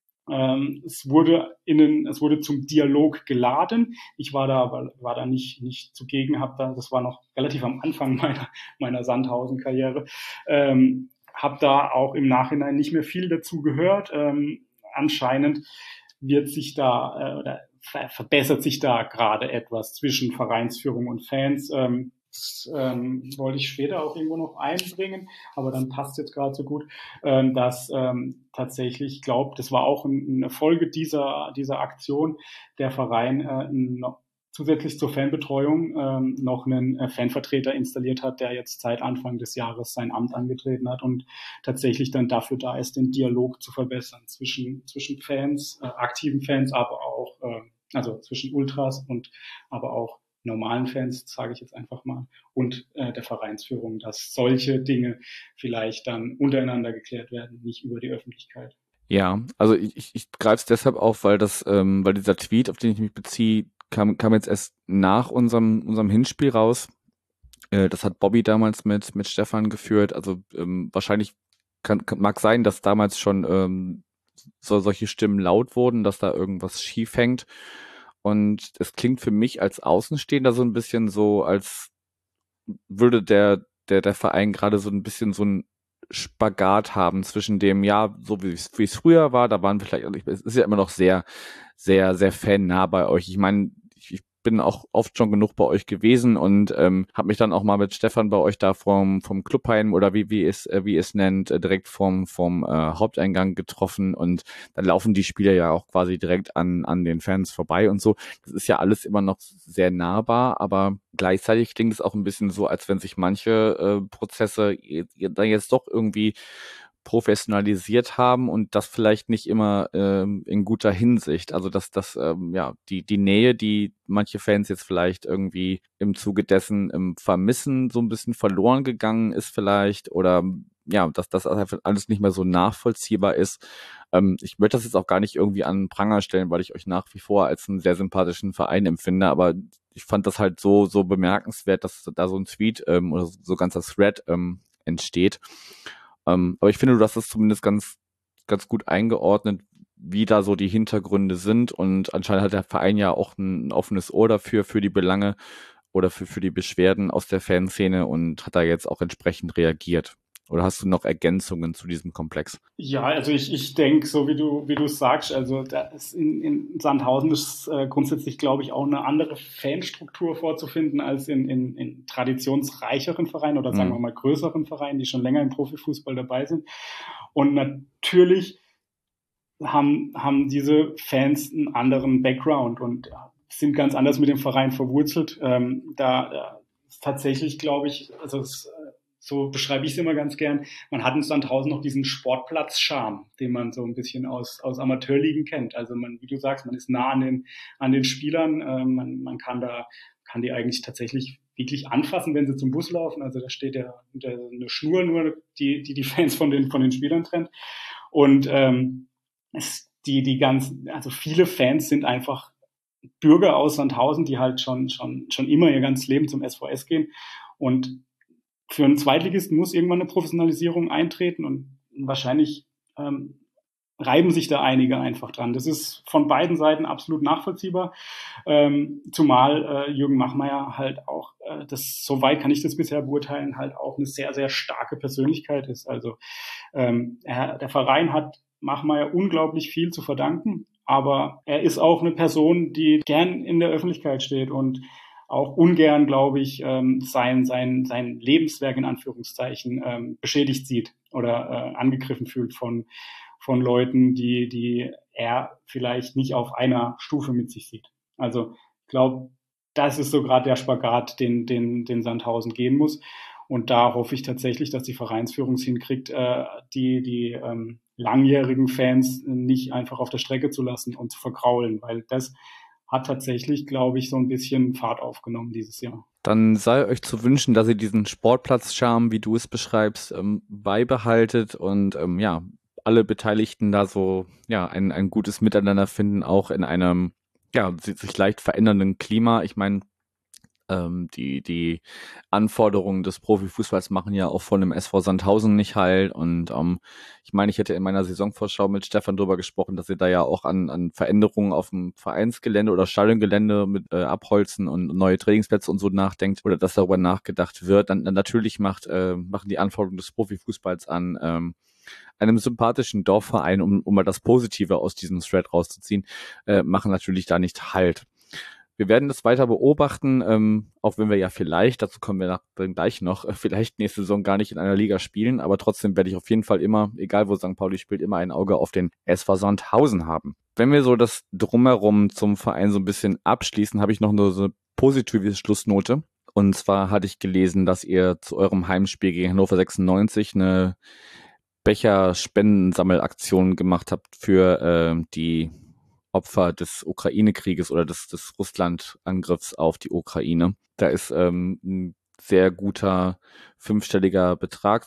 Es wurde zum Dialog geladen. Ich war da nicht zugegen, das war noch relativ am Anfang meiner Sandhausen-Karriere. Habe da auch im Nachhinein nicht mehr viel dazu gehört. Anscheinend wird sich da oder verbessert sich da gerade etwas zwischen Vereinsführung und Fans. Das wollte ich später auch irgendwo noch einbringen, aber dann passt jetzt gerade so gut, dass tatsächlich, ich glaube, das war auch eine Folge dieser Aktion, der Verein zusätzlich zur Fanbetreuung noch einen Fanvertreter installiert hat, der jetzt seit Anfang des Jahres sein Amt angetreten hat und tatsächlich dann dafür da ist, den Dialog zu verbessern zwischen Fans, aktiven Fans, aber auch also zwischen Ultras und aber auch normalen Fans, sage ich jetzt einfach mal, und der Vereinsführung, dass solche Dinge vielleicht dann untereinander geklärt werden, nicht über die Öffentlichkeit. Ja, also ich greife es deshalb auf, weil weil dieser Tweet, auf den ich mich beziehe, kam jetzt erst nach unserem Hinspiel raus. Das hat Bobby damals mit Stefan geführt. Also wahrscheinlich mag sein, dass damals schon solche Stimmen laut wurden, dass da irgendwas schief hängt. Und es klingt für mich als Außenstehender so ein bisschen so, als würde der Verein gerade so ein bisschen so ein Spagat haben zwischen dem, ja, so wie es früher war, da waren wir vielleicht, es ist ja immer noch sehr, sehr, sehr fannah bei euch. Ich meine, ich bin auch oft schon genug bei euch gewesen und habe mich dann auch mal mit Stefan bei euch da vom Clubheim oder wie es nennt, direkt vom Haupteingang getroffen und dann laufen die Spieler ja auch quasi direkt an den Fans vorbei und so. Das ist ja alles immer noch sehr nahbar, aber gleichzeitig klingt es auch ein bisschen so, als wenn sich manche Prozesse da jetzt doch irgendwie professionalisiert haben und das vielleicht nicht immer in guter Hinsicht. Also dass die Nähe, die manche Fans jetzt vielleicht irgendwie im Zuge dessen vermissen, so ein bisschen verloren gegangen ist vielleicht oder ja, dass das einfach alles nicht mehr so nachvollziehbar ist. Ich möchte das jetzt auch gar nicht irgendwie an den Pranger stellen, weil ich euch nach wie vor als einen sehr sympathischen Verein empfinde, aber ich fand das halt so bemerkenswert, dass da so ein Tweet oder so ganzer Thread entsteht. Aber ich finde, du hast es zumindest ganz gut eingeordnet, wie da so die Hintergründe sind und anscheinend hat der Verein ja auch ein offenes Ohr dafür, für die Belange oder für die Beschwerden aus der Fanszene und hat da jetzt auch entsprechend reagiert. Oder hast du noch Ergänzungen zu diesem Komplex? Ja, also ich denke, so wie du sagst, also da ist in Sandhausen ist grundsätzlich, glaube ich, auch eine andere Fanstruktur vorzufinden als in traditionsreicheren Vereinen oder sagen wir mal größeren Vereinen, die schon länger im Profifußball dabei sind. Und natürlich haben diese Fans einen anderen Background und sind ganz anders mit dem Verein verwurzelt. Da ist tatsächlich, glaube ich, so beschreibe ich es immer ganz gern, man hat in Sandhausen noch diesen Sportplatz-Charme, den man so ein bisschen aus Amateurligen kennt. Also wie du sagst, man ist nah an den Spielern, man kann die eigentlich tatsächlich wirklich anfassen, wenn sie zum Bus laufen. Also da steht ja eine Schnur nur, die Fans von den Spielern trennt. Und also viele Fans sind einfach Bürger aus Sandhausen, die halt schon immer ihr ganzes Leben zum SVS gehen. Und für einen Zweitligisten muss irgendwann eine Professionalisierung eintreten und wahrscheinlich reiben sich da einige einfach dran. Das ist von beiden Seiten absolut nachvollziehbar, zumal Jürgen Machmeier halt auch, soweit kann ich das bisher beurteilen, halt auch eine sehr, sehr starke Persönlichkeit ist. Also der Verein hat Machmeier unglaublich viel zu verdanken, aber er ist auch eine Person, die gern in der Öffentlichkeit steht und auch ungern, glaube ich, sein Lebenswerk in Anführungszeichen beschädigt sieht oder angegriffen fühlt von Leuten, die er vielleicht nicht auf einer Stufe mit sich sieht. Also ich glaube, das ist so gerade der Spagat, den Sandhausen gehen muss. Und da hoffe ich tatsächlich, dass die Vereinsführung es hinkriegt, die langjährigen Fans nicht einfach auf der Strecke zu lassen und zu vergraulen, weil das hat tatsächlich, glaube ich, so ein bisschen Fahrt aufgenommen dieses Jahr. Dann sei euch zu wünschen, dass ihr diesen Sportplatz-Charme, wie du es beschreibst, beibehaltet und ja, alle Beteiligten da so ja ein gutes Miteinander finden, auch in einem ja sich leicht verändernden Klima. Ich meine, die Anforderungen des Profifußballs machen ja auch von dem SV Sandhausen nicht halt. Und ich meine, ich hätte in meiner Saisonvorschau mit Stefan drüber gesprochen, dass ihr da ja auch an Veränderungen auf dem Vereinsgelände oder Stadiongelände mit Abholzen und neue Trainingsplätze und so nachdenkt oder dass darüber nachgedacht wird. Dann natürlich machen die Anforderungen des Profifußballs an einem sympathischen Dorfverein, um mal das Positive aus diesem Thread rauszuziehen, machen natürlich da nicht halt. Wir werden das weiter beobachten, auch wenn wir ja vielleicht, dazu kommen wir dann gleich noch, vielleicht nächste Saison gar nicht in einer Liga spielen, aber trotzdem werde ich auf jeden Fall immer, egal wo St. Pauli spielt, immer ein Auge auf den SV Sandhausen haben. Wenn wir so das Drumherum zum Verein so ein bisschen abschließen, habe ich noch so eine positive Schlussnote. Und zwar hatte ich gelesen, dass ihr zu eurem Heimspiel gegen Hannover 96 eine Becher-Spendensammelaktion gemacht habt für die Opfer des Ukraine-Krieges oder des Russland-Angriffs auf die Ukraine. Da ist ein sehr guter vierstelliger Betrag,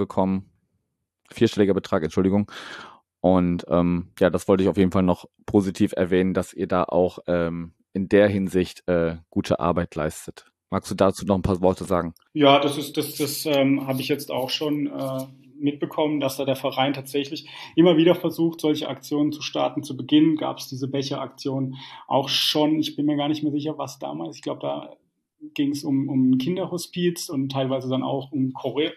Entschuldigung. Und ja, das wollte ich auf jeden Fall noch positiv erwähnen, dass ihr da auch in der Hinsicht gute Arbeit leistet. Magst du dazu noch ein paar Worte sagen? Ja, das habe ich jetzt auch schon mitbekommen, dass da der Verein tatsächlich immer wieder versucht, solche Aktionen zu starten. Zu Beginn gab es diese Becheraktion auch schon. Ich bin mir gar nicht mehr sicher, was damals. Ich glaube, da ging es um Kinderhospiz und teilweise dann auch um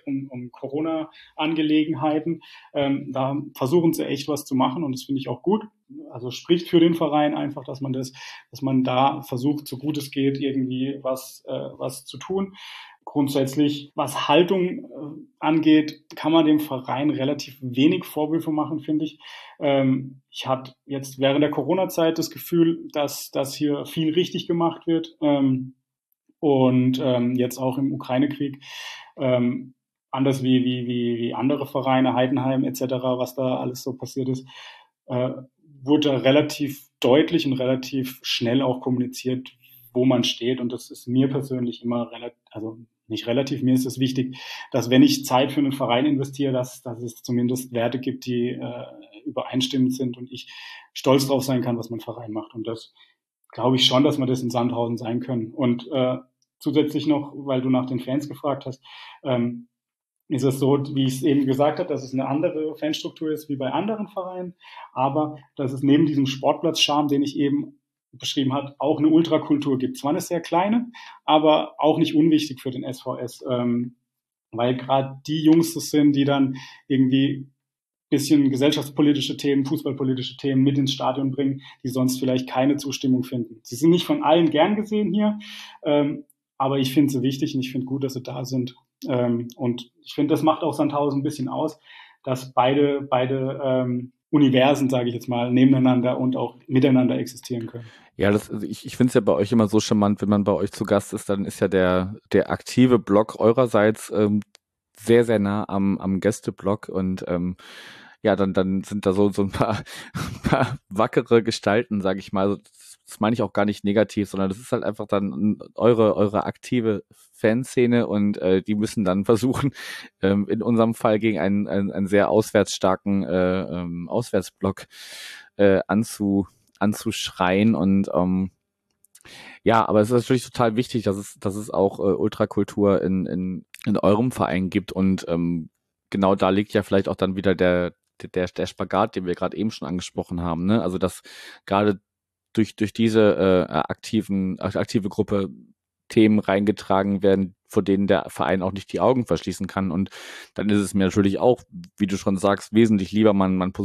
Corona-Angelegenheiten. Da versuchen sie echt was zu machen und das finde ich auch gut. Also spricht für den Verein einfach, dass man da versucht, so gut es geht, irgendwie was zu tun. Grundsätzlich, was Haltung angeht, kann man dem Verein relativ wenig Vorwürfe machen, finde ich. Ich hatte jetzt während der Corona-Zeit das Gefühl, dass hier viel richtig gemacht wird. Und jetzt auch im Ukraine-Krieg, anders wie andere Vereine, Heidenheim etc., was da alles so passiert ist, wurde relativ deutlich und relativ schnell auch kommuniziert, wo man steht. Und das ist mir persönlich immer mir ist es wichtig, dass wenn ich Zeit für einen Verein investiere, dass es zumindest Werte gibt, die übereinstimmend sind und ich stolz drauf sein kann, was mein Verein macht. Und das glaube ich schon, dass wir das in Sandhausen sein können. Und zusätzlich noch, weil du nach den Fans gefragt hast, ist es so, wie ich es eben gesagt habe, dass es eine andere Fanstruktur ist wie bei anderen Vereinen, aber dass es neben diesem Sportplatz-Charme, den ich eben beschrieben habe, auch eine Ultrakultur gibt. Zwar eine sehr kleine, aber auch nicht unwichtig für den SVS, weil gerade die Jungs das sind, die dann irgendwie bisschen gesellschaftspolitische Themen, fußballpolitische Themen mit ins Stadion bringen, die sonst vielleicht keine Zustimmung finden. Sie sind nicht von allen gern gesehen hier, aber ich finde sie wichtig und ich finde gut, dass sie da sind. Und ich finde, das macht auch Sandhausen ein bisschen aus, dass beide Universen, sage ich jetzt mal, nebeneinander und auch miteinander existieren können. Ja, ich finde es ja bei euch immer so charmant, wenn man bei euch zu Gast ist, dann ist ja der aktive Blog eurerseits sehr, sehr nah am Gästeblock und ja, dann sind da so ein paar wackere Gestalten, sage ich mal. Das meine ich auch gar nicht negativ, sondern das ist halt einfach dann eure aktive Fanszene und die müssen dann versuchen, in unserem Fall gegen einen sehr auswärtsstarken Auswärtsblock anzuschreien und ja, aber es ist natürlich total wichtig, dass es auch Ultrakultur in eurem Verein gibt und genau da liegt ja vielleicht auch dann wieder der Spagat, den wir gerade eben schon angesprochen haben, ne? Also dass gerade durch diese aktive Gruppe Themen reingetragen werden, vor denen der Verein auch nicht die Augen verschließen kann. Und dann ist es mir natürlich auch, wie du schon sagst, wesentlich lieber, man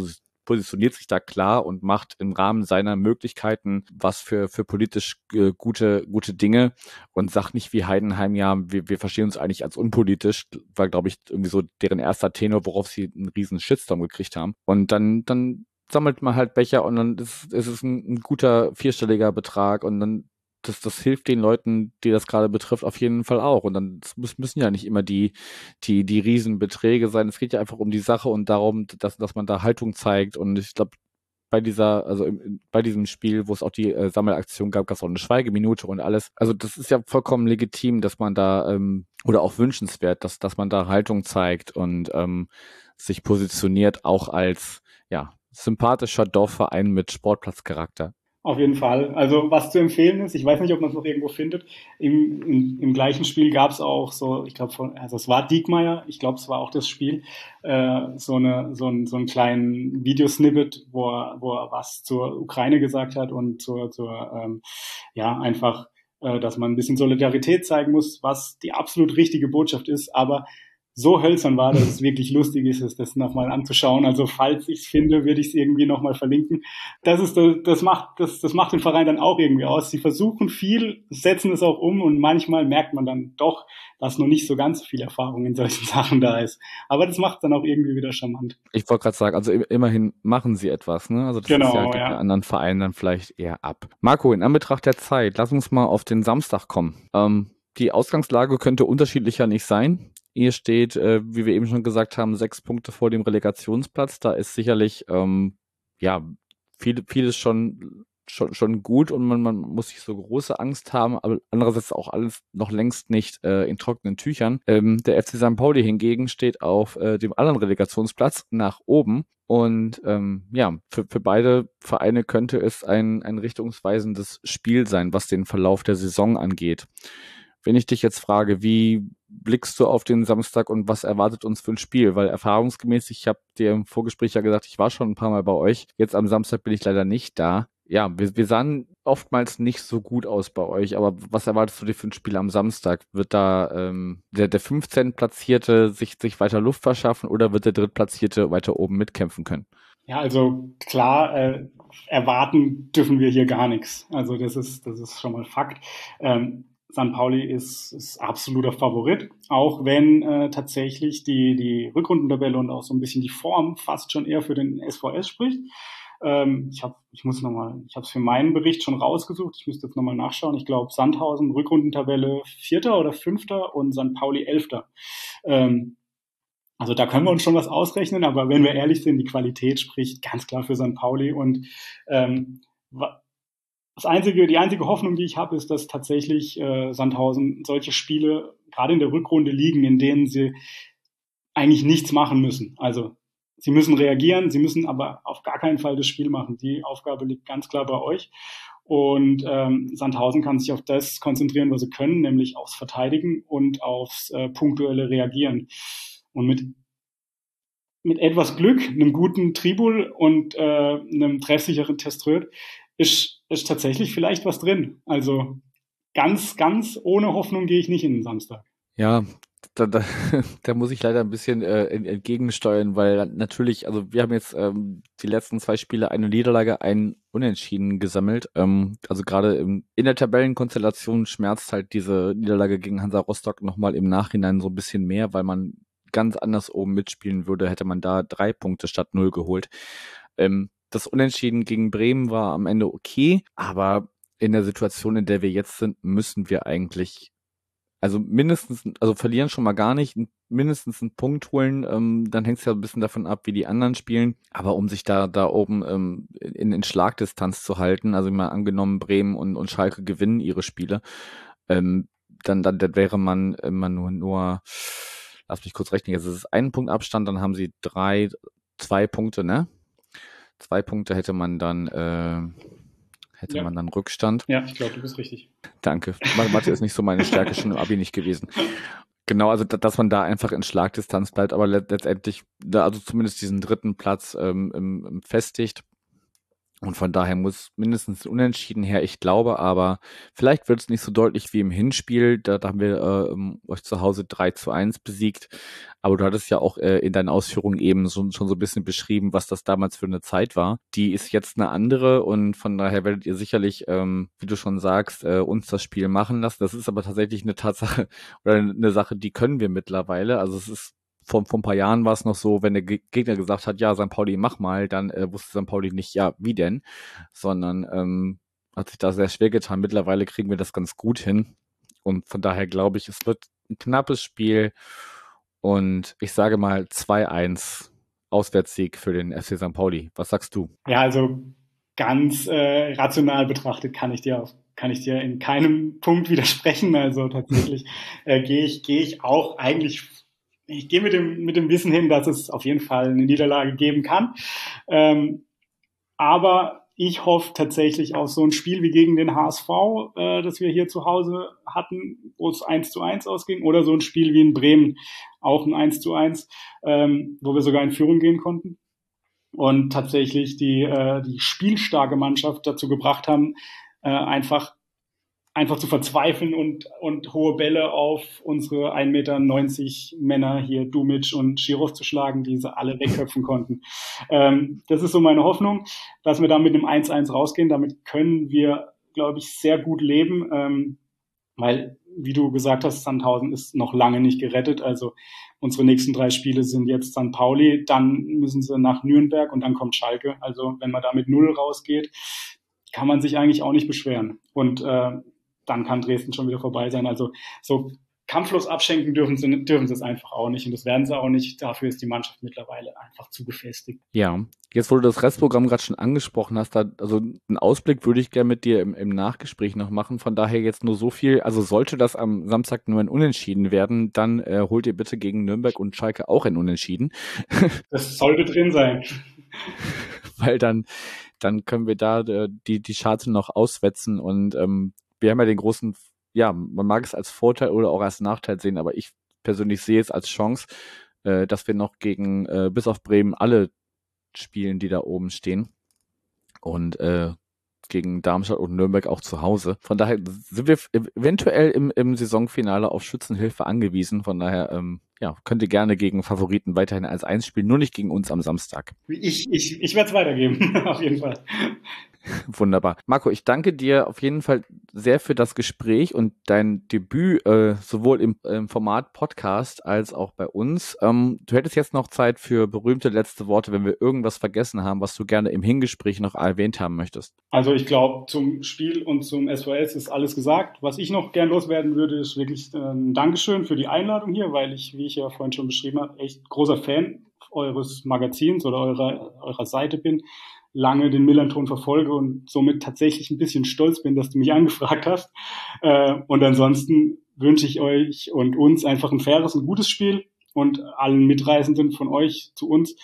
positioniert sich da klar und macht im Rahmen seiner Möglichkeiten was für politisch gute Dinge und sagt nicht wie Heidenheim, ja, wir verstehen uns eigentlich als unpolitisch, war, glaube ich, irgendwie so deren erster Tenor, worauf sie einen riesen Shitstorm gekriegt haben. Und dann sammelt man halt Becher und dann ist es ein guter vierstelliger Betrag und dann das hilft den Leuten, die das gerade betrifft, auf jeden Fall auch. Und dann müssen ja nicht immer die Riesenbeträge sein. Es geht ja einfach um die Sache und darum, dass man da Haltung zeigt. Und ich glaube, bei bei diesem Spiel, wo es auch die Sammelaktion gab, gab es auch eine Schweigeminute und alles. Also das ist ja vollkommen legitim, dass man da oder auch wünschenswert, dass man da Haltung zeigt und sich positioniert, auch als sympathischer Dorfverein mit Sportplatzcharakter. Auf jeden Fall. Also was zu empfehlen ist, ich weiß nicht, ob man es noch irgendwo findet, im gleichen Spiel gab es auch so, ich glaube, es war Diekmeyer, ich glaube, es war auch das Spiel, so einen kleinen Videosnippet, wo er was zur Ukraine gesagt hat und einfach, dass man ein bisschen Solidarität zeigen muss, was die absolut richtige Botschaft ist, aber so hölzern war, dass es wirklich lustig ist, das nochmal anzuschauen. Also falls ich es finde, würde ich es irgendwie nochmal verlinken. Das macht den Verein dann auch irgendwie aus. Sie versuchen viel, setzen es auch um und manchmal merkt man dann doch, dass noch nicht so ganz viel Erfahrung in solchen Sachen da ist. Aber das macht dann auch irgendwie wieder charmant. Ich wollte gerade sagen, also immerhin machen sie etwas, ne? Also das ist ja gegen anderen Vereinen dann vielleicht eher ab. Marco, in Anbetracht der Zeit, lass uns mal auf den Samstag kommen. Die Ausgangslage könnte unterschiedlicher nicht sein. Ihr steht, wie wir eben schon gesagt haben, 6 Punkte vor dem Relegationsplatz. Da ist sicherlich vieles schon gut und man muss nicht so große Angst haben, aber andererseits auch alles noch längst nicht in trockenen Tüchern. Der FC St. Pauli hingegen steht auf dem anderen Relegationsplatz nach oben und für beide Vereine könnte es ein richtungsweisendes Spiel sein, was den Verlauf der Saison angeht. Wenn ich dich jetzt frage, wie blickst du auf den Samstag und was erwartet uns für ein Spiel? Weil erfahrungsgemäß, ich habe dir im Vorgespräch ja gesagt, ich war schon ein paar Mal bei euch. Jetzt am Samstag bin ich leider nicht da. Ja, wir sahen oftmals nicht so gut aus bei euch, aber was erwartest du dir für ein Spiel am Samstag? Wird da der 15. Platzierte sich weiter Luft verschaffen oder wird der Drittplatzierte weiter oben mitkämpfen können? Ja, also klar, erwarten dürfen wir hier gar nichts. Also das ist schon mal Fakt. St. Pauli ist absoluter Favorit, auch wenn tatsächlich die Rückrundentabelle und auch so ein bisschen die Form fast schon eher für den SVS spricht. Ich habe es für meinen Bericht schon rausgesucht. Ich müsste jetzt nochmal nachschauen. Ich glaube, Sandhausen Rückrundentabelle 4. oder 5. und St. Pauli 11. Also da können wir uns schon was ausrechnen, aber wenn wir ehrlich sind, die Qualität spricht ganz klar für St. Pauli und die einzige Hoffnung, die ich habe, ist, dass tatsächlich Sandhausen solche Spiele gerade in der Rückrunde liegen, in denen sie eigentlich nichts machen müssen. Also sie müssen reagieren, sie müssen aber auf gar keinen Fall das Spiel machen. Die Aufgabe liegt ganz klar bei euch. Und Sandhausen kann sich auf das konzentrieren, was sie können, nämlich aufs Verteidigen und aufs punktuelle Reagieren. Und mit etwas Glück, einem guten Tribul und einem treffsicheren Teströd ist tatsächlich vielleicht was drin. Also ganz, ganz ohne Hoffnung gehe ich nicht in den Samstag. Ja, da muss ich leider ein bisschen entgegensteuern, weil natürlich, also wir haben jetzt die letzten 2 Spiele eine Niederlage, ein Unentschieden gesammelt. Also gerade in der Tabellenkonstellation schmerzt halt diese Niederlage gegen Hansa Rostock nochmal im Nachhinein so ein bisschen mehr, weil man ganz anders oben mitspielen würde, hätte man da 3 Punkte statt 0 geholt. Das Unentschieden gegen Bremen war am Ende okay, aber in der Situation, in der wir jetzt sind, müssen wir eigentlich verlieren schon mal gar nicht, mindestens einen Punkt holen, dann hängt es ja ein bisschen davon ab, wie die anderen spielen, aber um sich da oben in Schlagdistanz zu halten, also mal angenommen Bremen und Schalke gewinnen ihre Spiele, dann wäre man immer nur, lass mich kurz rechnen, jetzt ist es 1 Punkt Abstand, dann haben sie 2 Punkte, ne? 2 Punkte hätte man dann Rückstand. Ja, ich glaube, du bist richtig. Danke. Mathe ist nicht so meine Stärke, schon im Abi nicht gewesen. Genau, also dass man da einfach in Schlagdistanz bleibt, aber letztendlich also zumindest diesen 3. Platz festigt. Und von daher muss mindestens Unentschieden her. Ich glaube aber, vielleicht wird es nicht so deutlich wie im Hinspiel. Da haben wir euch zu Hause 3-1 besiegt. Aber du hattest ja auch in deinen Ausführungen eben schon so ein bisschen beschrieben, was das damals für eine Zeit war. Die ist jetzt eine andere und von daher werdet ihr sicherlich, wie du schon sagst, uns das Spiel machen lassen. Das ist aber tatsächlich eine Tatsache oder eine Sache, die können wir mittlerweile. Also es ist vor ein paar Jahren war es noch so, wenn der Gegner gesagt hat, ja, St. Pauli, mach mal, dann wusste St. Pauli nicht, ja, wie denn, sondern hat sich da sehr schwer getan. Mittlerweile kriegen wir das ganz gut hin und von daher glaube ich, es wird ein knappes Spiel und ich sage mal 2-1 Auswärtssieg für den FC St. Pauli. Was sagst du? Ja, also ganz rational betrachtet kann ich dir in keinem Punkt widersprechen. Also tatsächlich gehe ich auch eigentlich. Ich gehe mit dem Wissen hin, dass es auf jeden Fall eine Niederlage geben kann. Aber ich hoffe tatsächlich auf so ein Spiel wie gegen den HSV, das wir hier zu Hause hatten, wo es 1-1 ausging, oder so ein Spiel wie in Bremen, auch ein 1-1, wo wir sogar in Führung gehen konnten. Und tatsächlich die spielstarke Mannschaft dazu gebracht haben, einfach zu verzweifeln und hohe Bälle auf unsere 1,90 Meter Männer hier, Dumic und Schirov zu schlagen, die sie alle wegköpfen konnten. Das ist so meine Hoffnung, dass wir da mit einem 1-1 rausgehen. Damit können wir, glaube ich, sehr gut leben, weil, wie du gesagt hast, Sandhausen ist noch lange nicht gerettet. Also unsere nächsten 3 Spiele sind jetzt St. Pauli, dann müssen sie nach Nürnberg und dann kommt Schalke. Also wenn man da mit 0 rausgeht, kann man sich eigentlich auch nicht beschweren. Und dann kann Dresden schon wieder vorbei sein. Also so kampflos abschenken dürfen sie es einfach auch nicht. Und das werden sie auch nicht. Dafür ist die Mannschaft mittlerweile einfach zu gefestigt. Ja, jetzt wo du das Restprogramm gerade schon angesprochen hast, also einen Ausblick würde ich gerne mit dir im Nachgespräch noch machen. Von daher jetzt nur so viel. Also sollte das am Samstag nur ein Unentschieden werden, dann holt ihr bitte gegen Nürnberg und Schalke auch ein Unentschieden. Das sollte drin sein. Weil dann können wir da die Scharte noch auswetzen und wir haben ja den großen, ja, man mag es als Vorteil oder auch als Nachteil sehen, aber ich persönlich sehe es als Chance, dass wir noch gegen bis auf Bremen alle spielen, die da oben stehen und gegen Darmstadt und Nürnberg auch zu Hause. Von daher sind wir eventuell im Saisonfinale auf Schützenhilfe angewiesen. Von daher könnt ihr gerne gegen Favoriten weiterhin 1-1 spielen, nur nicht gegen uns am Samstag. Ich werde es weitergeben, auf jeden Fall. Wunderbar. Marco, ich danke dir auf jeden Fall sehr für das Gespräch und dein Debüt sowohl im Format Podcast als auch bei uns. Du hättest jetzt noch Zeit für berühmte letzte Worte, wenn wir irgendwas vergessen haben, was du gerne im Hingespräch noch erwähnt haben möchtest. Also ich glaube, zum Spiel und zum SVS ist alles gesagt. Was ich noch gern loswerden würde, ist wirklich ein Dankeschön für die Einladung hier, weil ich, wie ich ja vorhin schon beschrieben habe, echt großer Fan eures Magazins oder eurer Seite bin, lange den Millernton verfolge und somit tatsächlich ein bisschen stolz bin, dass du mich angefragt hast. Und ansonsten wünsche ich euch und uns einfach ein faires und gutes Spiel und allen Mitreisenden von euch zu uns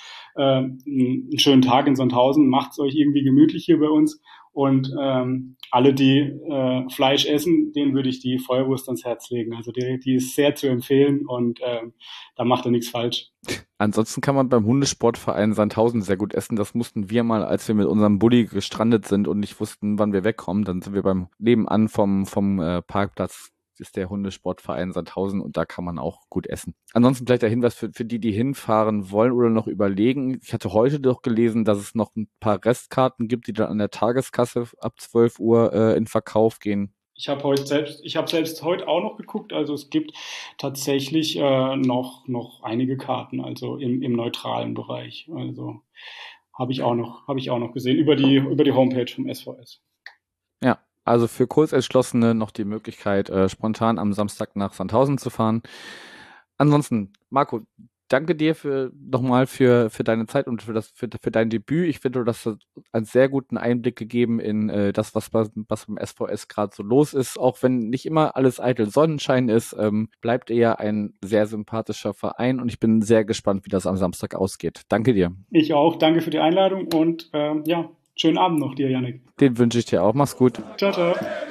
einen schönen Tag in Sandhausen. Macht's euch irgendwie gemütlich hier bei uns. Und alle, die Fleisch essen, denen würde ich die Feuerwurst ans Herz legen. Also die ist sehr zu empfehlen und da macht er nichts falsch. Ansonsten kann man beim Hundesportverein Sandhausen sehr gut essen. Das mussten wir mal, als wir mit unserem Bulli gestrandet sind und nicht wussten, wann wir wegkommen. Dann sind wir beim nebenan vom Parkplatz ist der Hundesportverein Sandhausen und da kann man auch gut essen. Ansonsten vielleicht der Hinweis für die hinfahren wollen oder noch überlegen. Ich hatte heute doch gelesen, dass es noch ein paar Restkarten gibt, die dann an der Tageskasse ab 12 Uhr in Verkauf gehen. Ich habe selbst heute auch noch geguckt, also es gibt tatsächlich noch einige Karten, also im neutralen Bereich. Also habe ich auch noch gesehen über die Homepage vom SVS. Ja, also für Kurzentschlossene noch die Möglichkeit, spontan am Samstag nach Sandhausen zu fahren. Ansonsten, Marco, danke dir nochmal für deine Zeit und für dein Debüt. Ich finde, du hast einen sehr guten Einblick gegeben in das, was beim SVS gerade so los ist. Auch wenn nicht immer alles eitel Sonnenschein ist, bleibt er ein sehr sympathischer Verein und ich bin sehr gespannt, wie das am Samstag ausgeht. Danke dir. Ich auch. Danke für die Einladung und schönen Abend noch dir, Yannick. Den wünsche ich dir auch. Mach's gut. Ciao, ciao.